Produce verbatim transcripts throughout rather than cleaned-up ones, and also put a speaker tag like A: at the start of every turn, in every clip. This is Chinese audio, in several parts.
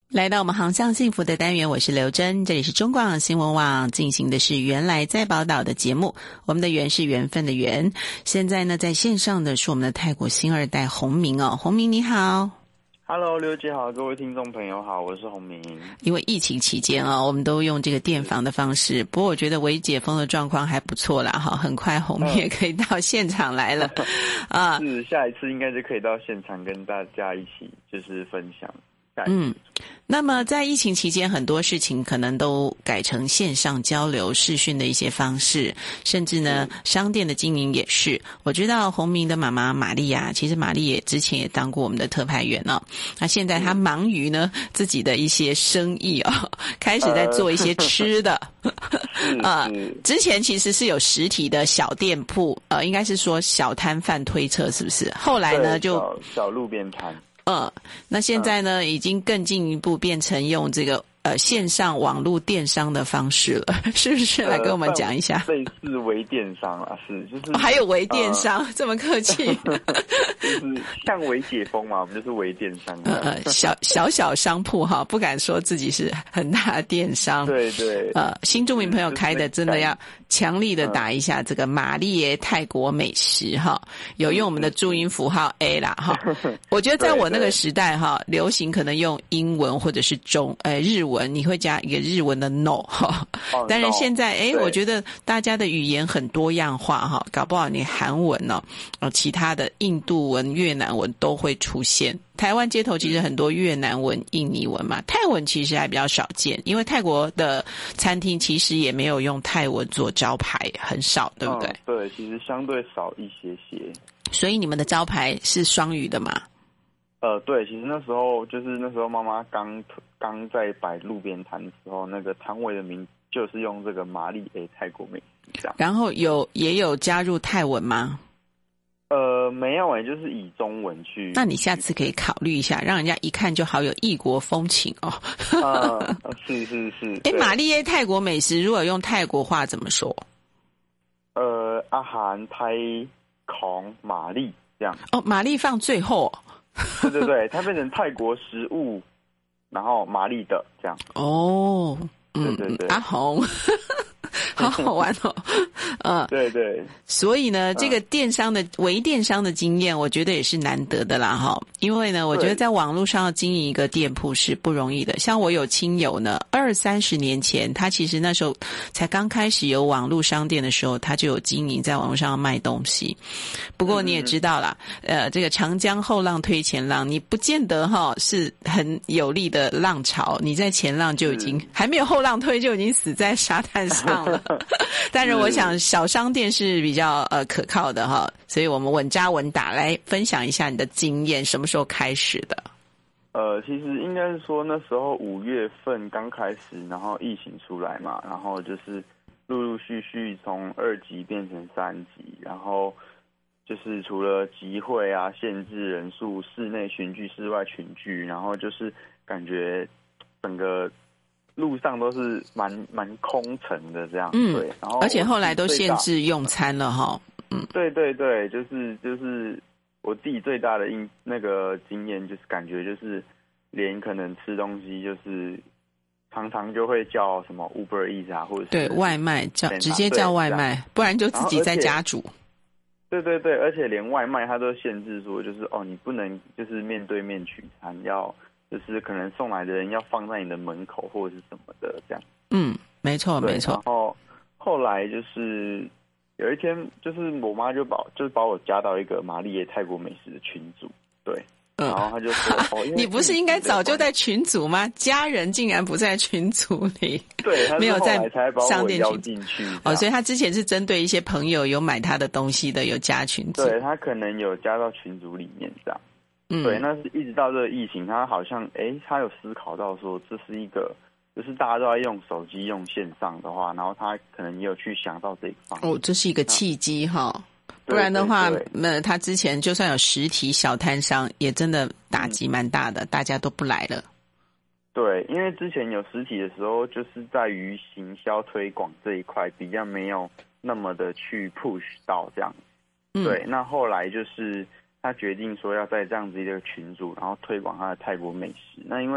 A: 来到我们航向幸福的单元，我是刘真，这里是中广新闻网进行的是原来在宝岛的节目，我们的缘是缘分的缘。现在呢，在线上的是我们的泰国新二代洪明哦，洪明你好。
B: Hello， 刘姐好，各位听众朋友好，我是洪明。
A: 因为疫情期间啊，我们都用这个电访的方式，不过我觉得微解封的状况还不错啦，哈，很快洪明也可以到现场来了，啊，
B: 是下一次应该就可以到现场跟大家一起就是分享。
A: 嗯，那么在疫情期间，很多事情可能都改成线上交流、视讯的一些方式，甚至呢，商店的经营也是。我知道洪明的妈妈玛丽亚，其实玛丽也之前也当过我们的特派员哦。那现在她忙于呢自己的一些生意哦，开始在做一些吃的。呃，之前其实是有实体的小店铺，呃，应该是说小摊贩推车，是不是？后来呢，就
B: 小小路边摊。
A: 嗯，那现在呢，已经更进一步变成用这个呃线上网络电商的方式了，是不是？来跟我们讲一下。
B: 呃、类似微电商啊，是就是、
A: 哦、还有微电商、呃、这么客气，
B: 就是像微解封嘛，我们就是微电商。
A: 呃，小小小商铺哈，不敢说自己是很大的电商。
B: 对对。
A: 呃，新住民朋友开的真的要强力的打一下这个玛丽耶泰国美食哈，有用我们的注音符号 A 啦哈。我觉得在我那个时代哈，流行可能用英文或者是中呃日文，你会加一个日文的 no 哈。
B: 哦、
A: 但是现在哎，我觉得大家的语言很多样化哈，搞不好你韩文呢、哦，其他的印度文、越南文都会出现。台湾街头其实很多越南文、印尼文嘛，泰文其实还比较少见，因为泰国的餐厅其实也没有用泰文做招牌，很少，对不对？
B: 嗯、对，其实相对少一些些。
A: 所以你们的招牌是双语的吗？
B: 呃，对，其实那时候就是那时候妈妈刚刚在摆路边摊的时候，那个摊位的名就是用这个玛丽 A 泰国美食这样。
A: 然后有也有加入泰文吗？
B: 呃，没有诶，就是以中文去。
A: 那你下次可以考虑一下，让人家一看就好有异国风情哦。
B: 呃，是是是。
A: 诶，玛丽 A 泰国美食如果用泰国话怎么说？
B: 呃，阿含泰孔玛丽这样。
A: 哦，玛丽放最后。
B: 对对对，它变成泰国食物，然后玛丽的这样。
A: 哦，嗯，对对对，阿红。好好玩哦，呃，
B: 对对，
A: 所以呢，这个电商的微电商的经验，我觉得也是难得的啦，哈。因为呢，我觉得在网络上要经营一个店铺是不容易的。像我有亲友呢，二三十年前，他其实那时候才刚开始有网络商店的时候，他就有经营在网络上卖东西。不过你也知道啦，嗯、呃，这个长江后浪推前浪，你不见得哈是很有力的浪潮，你在前浪就已经、嗯、还没有后浪推就已经死在沙滩上了。但是我想小商店是比较呃可靠的哈，所以我们稳扎稳打来分享一下你的经验，什么时候开始的？
B: 呃，其实应该是说那时候五月份刚开始，然后疫情出来嘛，然后就是陆陆续续从二级变成三级，然后就是除了集会啊、限制人数、室内群聚、室外群聚，然后就是感觉整个路上都是蛮蛮空城的这样，嗯，对，然后
A: 而且后来都限制用餐了哈，嗯，
B: 对对对，就是就是我自己最大的印那个经验就是感觉就是连可能吃东西就是常常就会叫什么 Uber Eats 啊，或者是
A: 对外卖叫直接叫外卖，不然就自己在家煮。
B: 对对对，而且连外卖它都限制说就是哦你不能就是面对面取餐，要就是可能送来的人要放在你的门口或者是什么的这样。嗯，
A: 没错没错。
B: 然后后来就是有一天，就是我妈就把就是把我加到一个玛丽耶泰国美食的群组，对，嗯、然后她就说：“哦，
A: 你不是应该早就在群组吗？家人竟然不在群组里，
B: 对，
A: 没有在商店
B: 邀进去
A: 哦，所以他之前是针对一些朋友有买他的东西的，有加群组，
B: 对他可能有加到群组里面这样。”嗯，对，那是一直到这个疫情，他好像哎，他有思考到说这是一个，就是大家都在用手机用线上的话，然后他可能也有去想到这一方面。
A: 哦，这是一个契机哈，不然的话，那他之前就算有实体小摊商，也真的打击蛮大的，嗯、大家都不来了。
B: 对，因为之前有实体的时候，就是在于行销推广这一块比较没有那么的去 push 到这样。嗯、对，那后来就是。他决定说要在这样子一个群组，然后推广他的泰国美食。那因为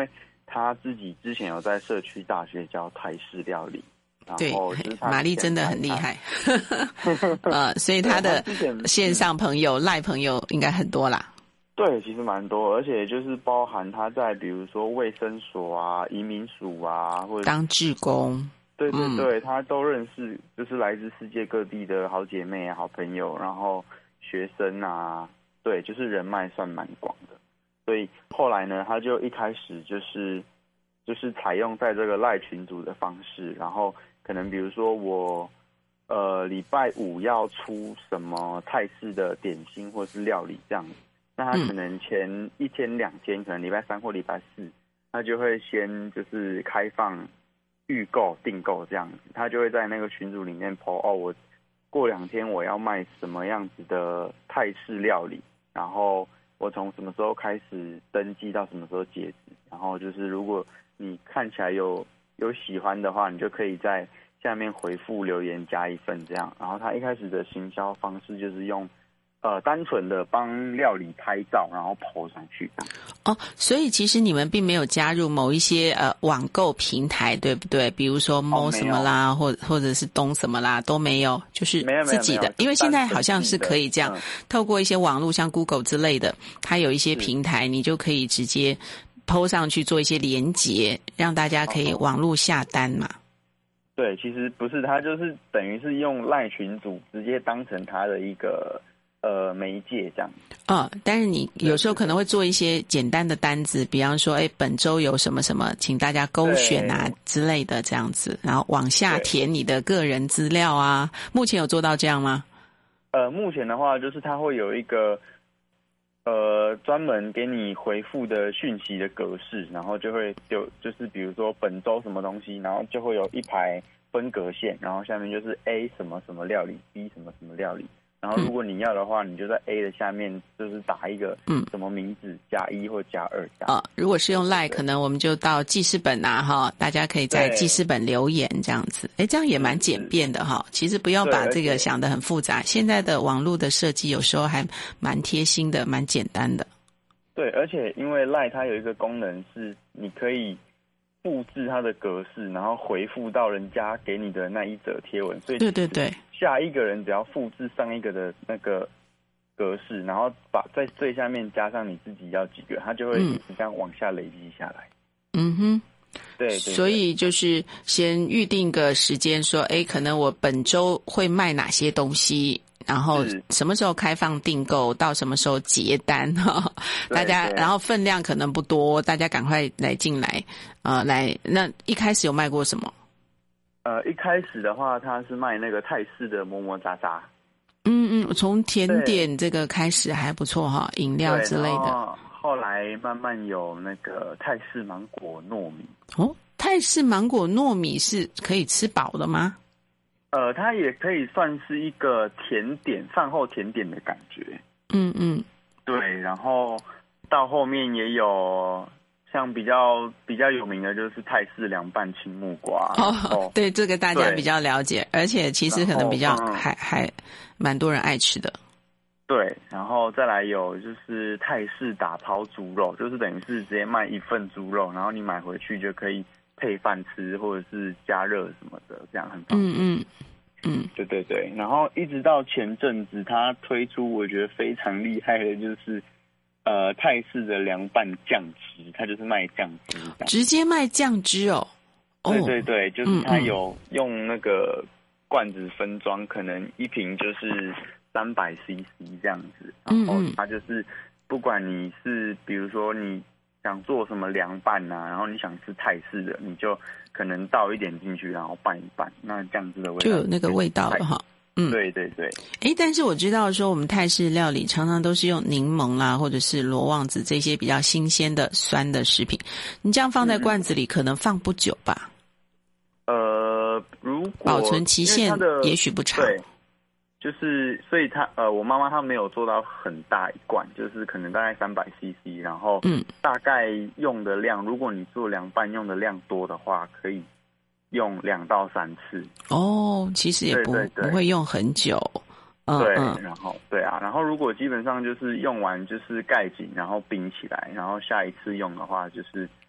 B: 他自己之前有在社区大学教台式料理。
A: 对，玛丽真的很厉害，呃，所以他的线上朋友、赖朋友应该很多啦。
B: 对，其实蛮多，而且就是包含他在比如说卫生所啊、移民署啊，或者
A: 当志工。
B: 对对对，嗯、他都认识，就是来自世界各地的好姐妹、好朋友，然后学生啊，对，就是人脉算蛮广的。所以后来呢，他就一开始就是就是采用在这个赖群组的方式，然后。可能比如说我，呃，礼拜五要出什么泰式的点心或是料理这样子，那他可能前一天两天，可能礼拜三或礼拜四，他就会先就是开放预购订购这样子，他就会在那个群组里面 po 哦，我过两天我要卖什么样子的泰式料理，然后我从什么时候开始登记到什么时候截止，然后就是如果你看起来有。有喜欢的话，你就可以在下面回复留言加一份这样。然后他一开始的行销方式就是用，呃，单纯的帮料理拍照，然后 po 上去。
A: 哦，所以其实你们并没有加入某一些呃网购平台，对不对？比如说某什么啦，哦、或或者是东什么啦，都没有，就是自己的。因为现在好像是可以这样，嗯、透过一些网络，像 Google 之类的，它有一些平台，你就可以直接。po 上去做一些连结，让大家可以网络下单嘛。
B: 对，其实不是，他就是等于是用赖群组直接当成他的一个呃媒介这样。
A: 哦，但是你有时候可能会做一些简单的单子，比方说，哎，本周有什么什么，请大家勾选啊之类的这样子，然后往下填你的个人资料啊。目前有做到这样吗？
B: 呃，目前的话就是它会有一个。呃，专门给你回复的讯息的格式，然后就会有就是比如说本周什么东西，然后就会有一排分隔线，然后下面就是 A 什么什么料理 ，B 什么什么料理，然后如果你要的话，你就在 A 的下面就是打一个嗯什么名字加一或加二加。
A: 啊、哦，如果是用 Line， 可能我们就到记事本啊哈，大家可以在记事本留言这样子，哎，这样也蛮简便的哈。其实不要把这个想得很复杂，现在的网络的设计有时候还蛮贴心的，蛮简单的。
B: 对，而且因为 Line 它有一个功能是你可以复制它的格式，然后回复到人家给你的那一则贴文，所以
A: 对对对，
B: 下一个人只要复制上一个的那个格式，然后把在最下面加上你自己要几个，它就会一直这样往下累积下来。
A: 嗯哼，
B: 对， 对， 对，
A: 所以就是先预定个时间，说，哎，可能我本周会卖哪些东西。然后什么时候开放订购，到什么时候结单哈？大家，然后分量可能不多，大家赶快来进来，呃，来。那一开始有卖过什么？
B: 呃，一开始的话，他是卖那个泰式的么么喳喳。
A: 嗯嗯，从甜点这个开始还不错哈，饮料之类的。
B: 后来慢慢有那个泰式芒果糯米。
A: 哦，泰式芒果糯米是可以吃饱的吗？
B: 呃，它也可以算是一个甜点，饭后甜点的感觉。
A: 嗯嗯，
B: 对，然后到后面也有像比较比较有名的就是泰式凉拌青木瓜。
A: 哦，对，这个大家比较了解，而且其实可能比较还、嗯、还蛮多人爱吃的。
B: 对，然后再来有就是泰式打抛猪肉，就是等于是直接卖一份猪肉，然后你买回去就可以配饭吃，或者是加热什么的，这样很方便。
A: 嗯嗯嗯，
B: 对对对。然后一直到前阵子，他推出我觉得非常厉害的，就是呃泰式的凉拌酱汁，他就是卖酱汁，
A: 直接卖酱汁哦。
B: 对对对，就是他有用那个罐子分装，可能一瓶就是三百 C C 这样子，然后他就是不管你是比如说你想做什么凉拌啊，然后你想吃泰式的，你就可能倒一点进去，然后拌一拌，那酱汁的味道
A: 就有那个味道了哈。
B: 嗯，对对对。
A: 诶，但是我知道说我们泰式料理常常都是用柠檬啦，或者是罗望子这些比较新鲜的酸的食品，你这样放在罐子里可能放不久吧？
B: 呃，如果
A: 保存期限也许不长。
B: 对。就是所以他呃，我妈妈她没有做到很大一罐，就是可能大概三百 C C， 然后嗯，大概用的量，如果你做凉拌用的量多的话，可以用两到三次。
A: 哦，其实也不对对对不会用很久。
B: 嗯、对，然后对啊，然后如果基本上就是用完就是盖紧，然后冰起来，然后下一次用的话就是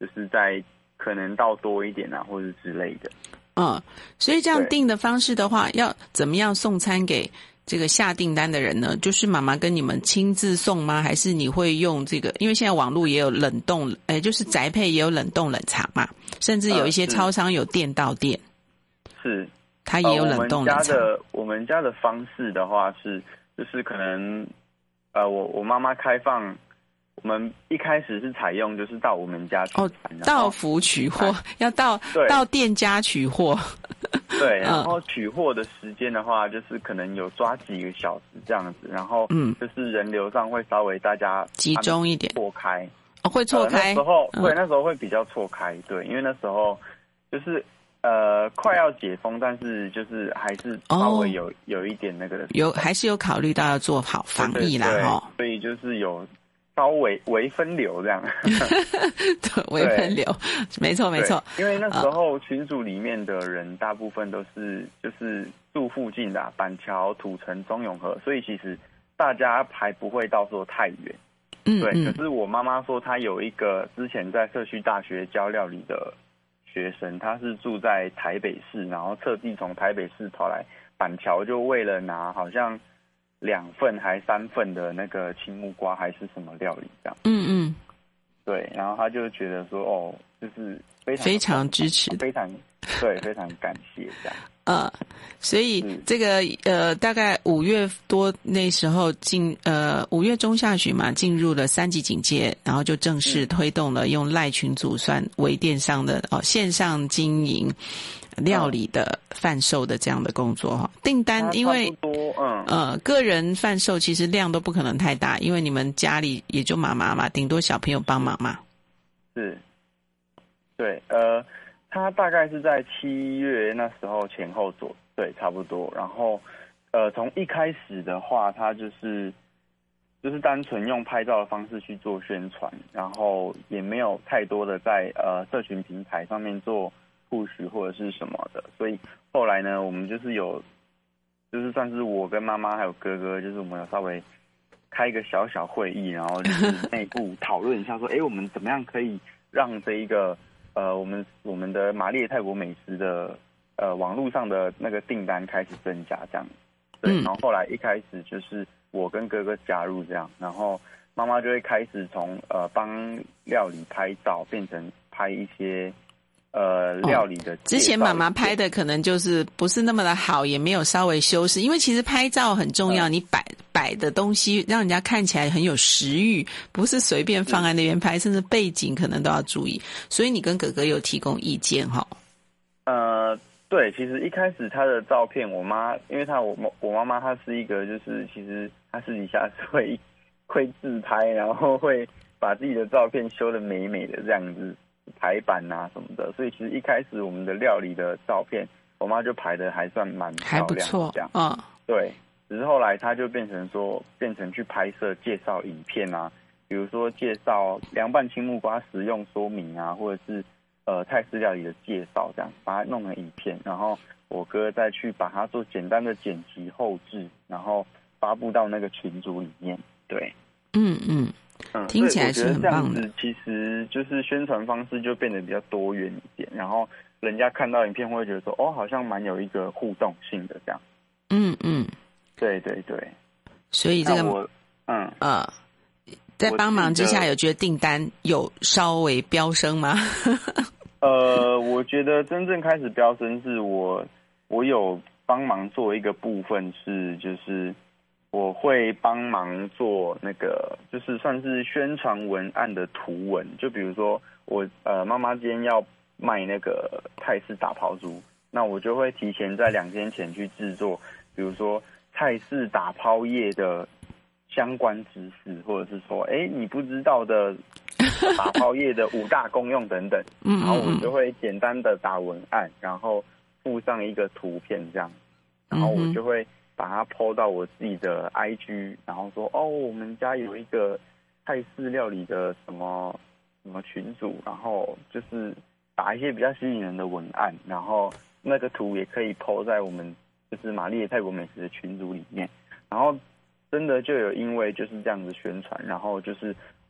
B: 就是再可能倒多一点啊，或者之类的。
A: 嗯，所以这样订的方式的话，要怎么样送餐给这个下订单的人呢？就是妈妈跟你们亲自送吗？还是你会用这个？因为现在网络也有冷冻，哎，就是宅配也有冷冻冷藏嘛，甚至有一些超商有店到店，
B: 是，
A: 它也有冷冻冷藏。
B: 呃、我们家的我们家的方式的话是，就是可能呃，我我妈妈开放。我们一开始是采用就是到我们家取
A: 哦，到府取货，要到到店家取货。
B: 对，然后取货的时间的话，就是可能有抓几个小时这样子，然后嗯，就是人流上会稍微大家
A: 集中一点，
B: 错开
A: 哦，会错开。
B: 呃、那时候、
A: 嗯、
B: 对，那时候会比较错开，对，因为那时候就是呃快要解封，但是就是还是稍微有、哦、有一点那个的，
A: 有还是有考虑到要做好防疫啦，哈，
B: 所以就是有。稍微微分流这样，
A: 对，微分流，没错没错。
B: 因为那时候群组里面的人大部分都是就是住附近的、啊、板桥、土城、中永和，所以其实大家还不会到说太远。嗯，对。可是我妈妈说，她有一个之前在社区大学教料理的学生，他是住在台北市，然后特地从台北市跑来板桥，就为了拿好像。两份还三份的那个青木瓜还是什么料理这样？嗯嗯，对，然后他就觉得说，哦，就是非常
A: 非常支持，
B: 非常对，非常感谢这样。
A: 呃，所以这个呃，大概五月多那时候进呃五月中下旬嘛，进入了三级警戒，然后就正式推动了用赖群组算微电商的哦线上经营。料理的贩售的这样的工作哈，订单因为嗯呃个人贩售其实量都不可能太大，因为你们家里也就妈妈嘛，顶多小朋友帮忙嘛。
B: 是，对，呃，他大概是在七月那时候前后左对差不多，然后呃从一开始的话，他就是就是单纯用拍照的方式去做宣传，然后也没有太多的在呃社群平台上面做。push 或者是什么的，所以后来呢，我们就是有，就是算是我跟妈妈还有哥哥，就是我们有稍微开一个小小会议，然后就是内部讨论一下，说，哎，我们怎么样可以让这一个呃，我们我们的玛丽泰国美食的呃网络上的那个订单开始增加这样，对，然后后来一开始就是我跟哥哥加入这样，然后妈妈就会开始从呃帮料理拍照变成拍一些。呃，料理的、哦、
A: 之前妈妈拍的可能就是不是那么的好，也没有稍微修饰，因为其实拍照很重要，嗯、你摆摆的东西让人家看起来很有食欲，不是随便放在那边拍，甚至背景可能都要注意。所以你跟哥哥有提供意见哈？
B: 呃，对，其实一开始他的照片，我妈，因为他我我妈妈她是一个就是其实她私底下是会会自拍，然后会把自己的照片修得美美的这样子。排版啊什么的，所以其实一开始我们的料理的照片，我妈就排的还算蛮漂亮的，还不错，这样，嗯，对。只是后来她就变成说，变成去拍摄介绍影片啊，比如说介绍凉拌青木瓜食用说明啊，或者是呃泰式料理的介绍，这样把它弄成影片，然后我哥再去把它做简单的剪辑后制，然后发布到那个群组里面，对，
A: 嗯嗯。嗯，听起来是很棒的。
B: 这样子其实就是宣传方式就变得比较多元一点，然后人家看到影片会觉得说，哦，好像蛮有一个互动性的这样。
A: 嗯嗯，
B: 对对对。
A: 所以这个
B: 我嗯
A: 呃，在帮忙之下，有觉得订单有稍微飙升吗？
B: 呃，我觉得真正开始飙升是我我有帮忙做一个部分是就是。我会帮忙做那个，就是算是宣传文案的图文。就比如说我呃妈妈今天要卖那个泰式打抛猪，那我就会提前在两天前去制作，比如说泰式打抛叶的相关知识，或者是说，哎，你不知道的打抛叶的五大功用等等。然后我就会简单的打文案，然后附上一个图片这样，然后我就会。把它 po 到我自己的 I G， 然后说哦，我们家有一个泰式料理的什么什么群组，然后就是打一些比较吸引人的文案，然后那个图也可以 po 在我们就是玛丽的泰国美食的群组里面，然后真的就有因为就是这样子宣传，然后就是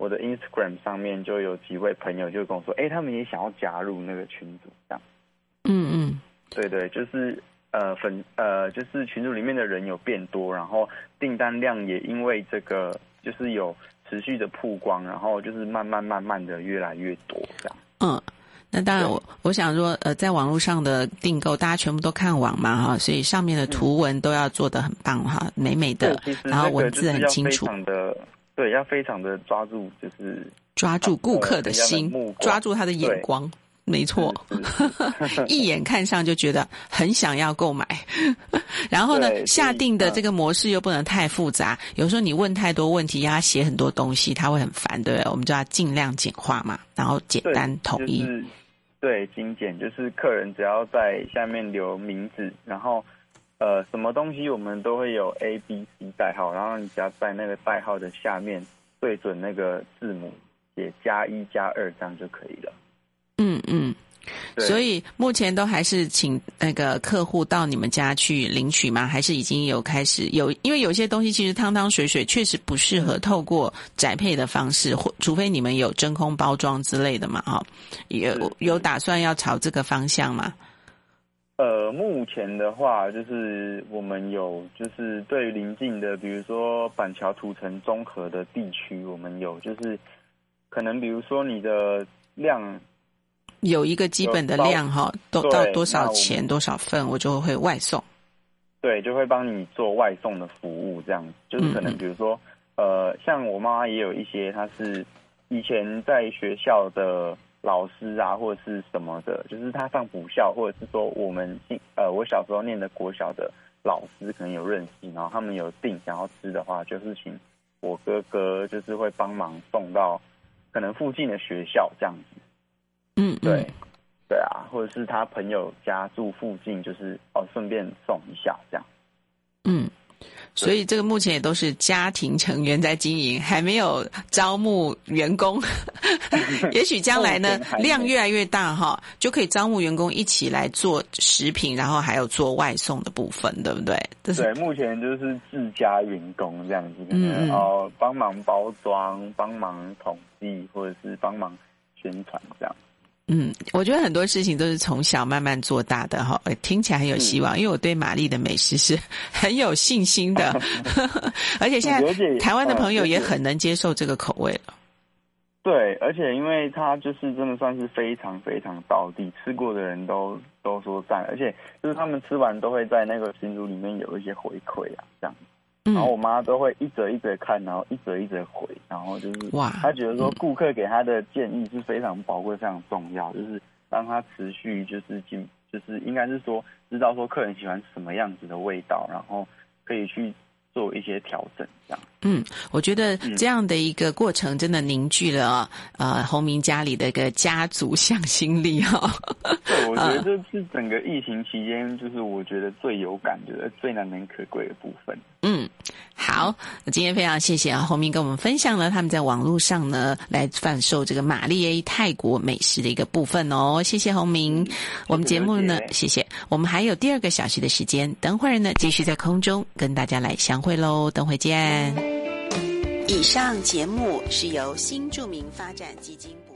B: 我的 Instagram 上面就有几位朋友就跟我说，哎，他们也想要加入那个群组，这样。
A: 嗯嗯，
B: 对对，就是呃粉呃就是群组里面的人有变多，然后订单量也因为这个就是有持续的曝光，然后就是慢慢慢慢的越来越多这样。
A: 嗯。那当然我，我我想说，呃，在网络上的订购，大家全部都看网嘛，哈，所以上面的图文都要做得很棒哈，嗯、美美的，然后文字很清楚。
B: 非常的对，要非常的抓住，就是
A: 抓住顾客的心，呃、抓住他的眼光，没错，一眼看上就觉得很想要购买。然后呢，下定的这个模式又不能太复杂，有时候你问太多问题，要他写很多东西，他会很烦，对不对？我们就要尽量简化嘛，然后简单统一。
B: 就是对，精简就是客人只要在下面留名字，然后呃什么东西我们都会有 A B C 代号，然后你只要在那个代号的下面对准那个字母写加一加二，这样就可以了。
A: 嗯嗯，所以目前都还是请那个客户到你们家去领取吗？还是已经有开始有？因为有些东西其实汤汤水水，确实不适合透过宅配的方式，或除非你们有真空包装之类的嘛，哈，有有打算要朝这个方向吗？
B: 呃，目前的话，就是我们有就是对邻近的，比如说板桥、土城、中和的地区，我们有就是可能比如说你的量。
A: 有一个基本的量哈，都到多少钱多少份，我就会外送。
B: 对，就会帮你做外送的服务，这样子就是可能比如说，嗯、呃，像我妈妈也有一些，她是以前在学校的老师啊，或者是什么的，就是她上补校，或者是说我们呃我小时候念的国小的老师可能有认识，然后他们有订想要吃的话，就是请我哥哥就是会帮忙送到可能附近的学校这样子。
A: 嗯，
B: 对，对啊，或者是他朋友家住附近，就是哦，顺便送一下这样。
A: 嗯，所以这个目前也都是家庭成员在经营，还没有招募员工。也许将来呢，量越来越大哈，就可以招募员工一起来做食品，然后还有做外送的部分，对不对？
B: 对，目前就是自家员工这样子，可能、嗯、哦帮忙包装、帮忙统计，或者是帮忙宣传这样。
A: 嗯，我觉得很多事情都是从小慢慢做大的哈，听起来很有希望。因为我对玛丽的美食是很有信心的，而且现在台湾的朋友也很能接受这个口味了。
B: 对，而且因为它就是真的算是非常非常道地，吃过的人都都说赞，而且就是他们吃完都会在那个群组里面有一些回馈啊，这样。然后我妈都会一则一则看，然后一则一则回，然后就是哇，她觉得说顾客给她的建议是非常宝贵、非常重要，就是让她持续就是进，就是应该是说知道说客人喜欢什么样子的味道，然后可以去做一些调整，这样。
A: 嗯，我觉得这样的一个过程真的凝聚了、嗯、呃洪明家里的一个家族向心力哈、哦。
B: 对，我觉得这是整个疫情期间，就是我觉得最有感觉、最难能可贵的部分。
A: 嗯，好，今天非常谢谢啊洪明跟我们分享了他们在网络上呢来贩售这个玛丽 A 泰国美食的一个部分哦，谢谢洪明。我们节目呢，谢谢。我们还有第二个小时的时间，等会儿呢继续在空中跟大家来相会喽，等会见。以上节目是由新住民发展基金